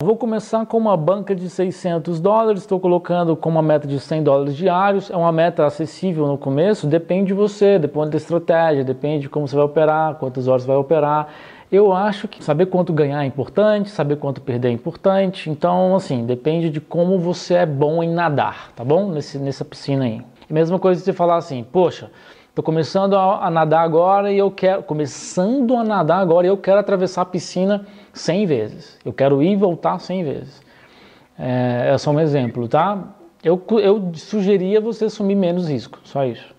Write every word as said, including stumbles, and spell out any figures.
Vou começar com uma banca de seiscentos dólares, estou colocando com uma meta de cem dólares diários, é uma meta acessível no começo, depende de você, depende da estratégia, depende de como você vai operar, quantas horas você vai operar. Eu acho que saber quanto ganhar é importante, saber quanto perder é importante, então assim, depende de como você é bom em nadar, tá bom? Nesse, nessa piscina aí. E mesma coisa se você falar assim, poxa, estou começando a, a nadar agora e eu quero, começando a nadar agora e eu quero atravessar a piscina cem vezes. Eu quero ir e voltar cem vezes. É, é só um exemplo, tá? Eu, eu sugeria você assumir menos risco, só isso.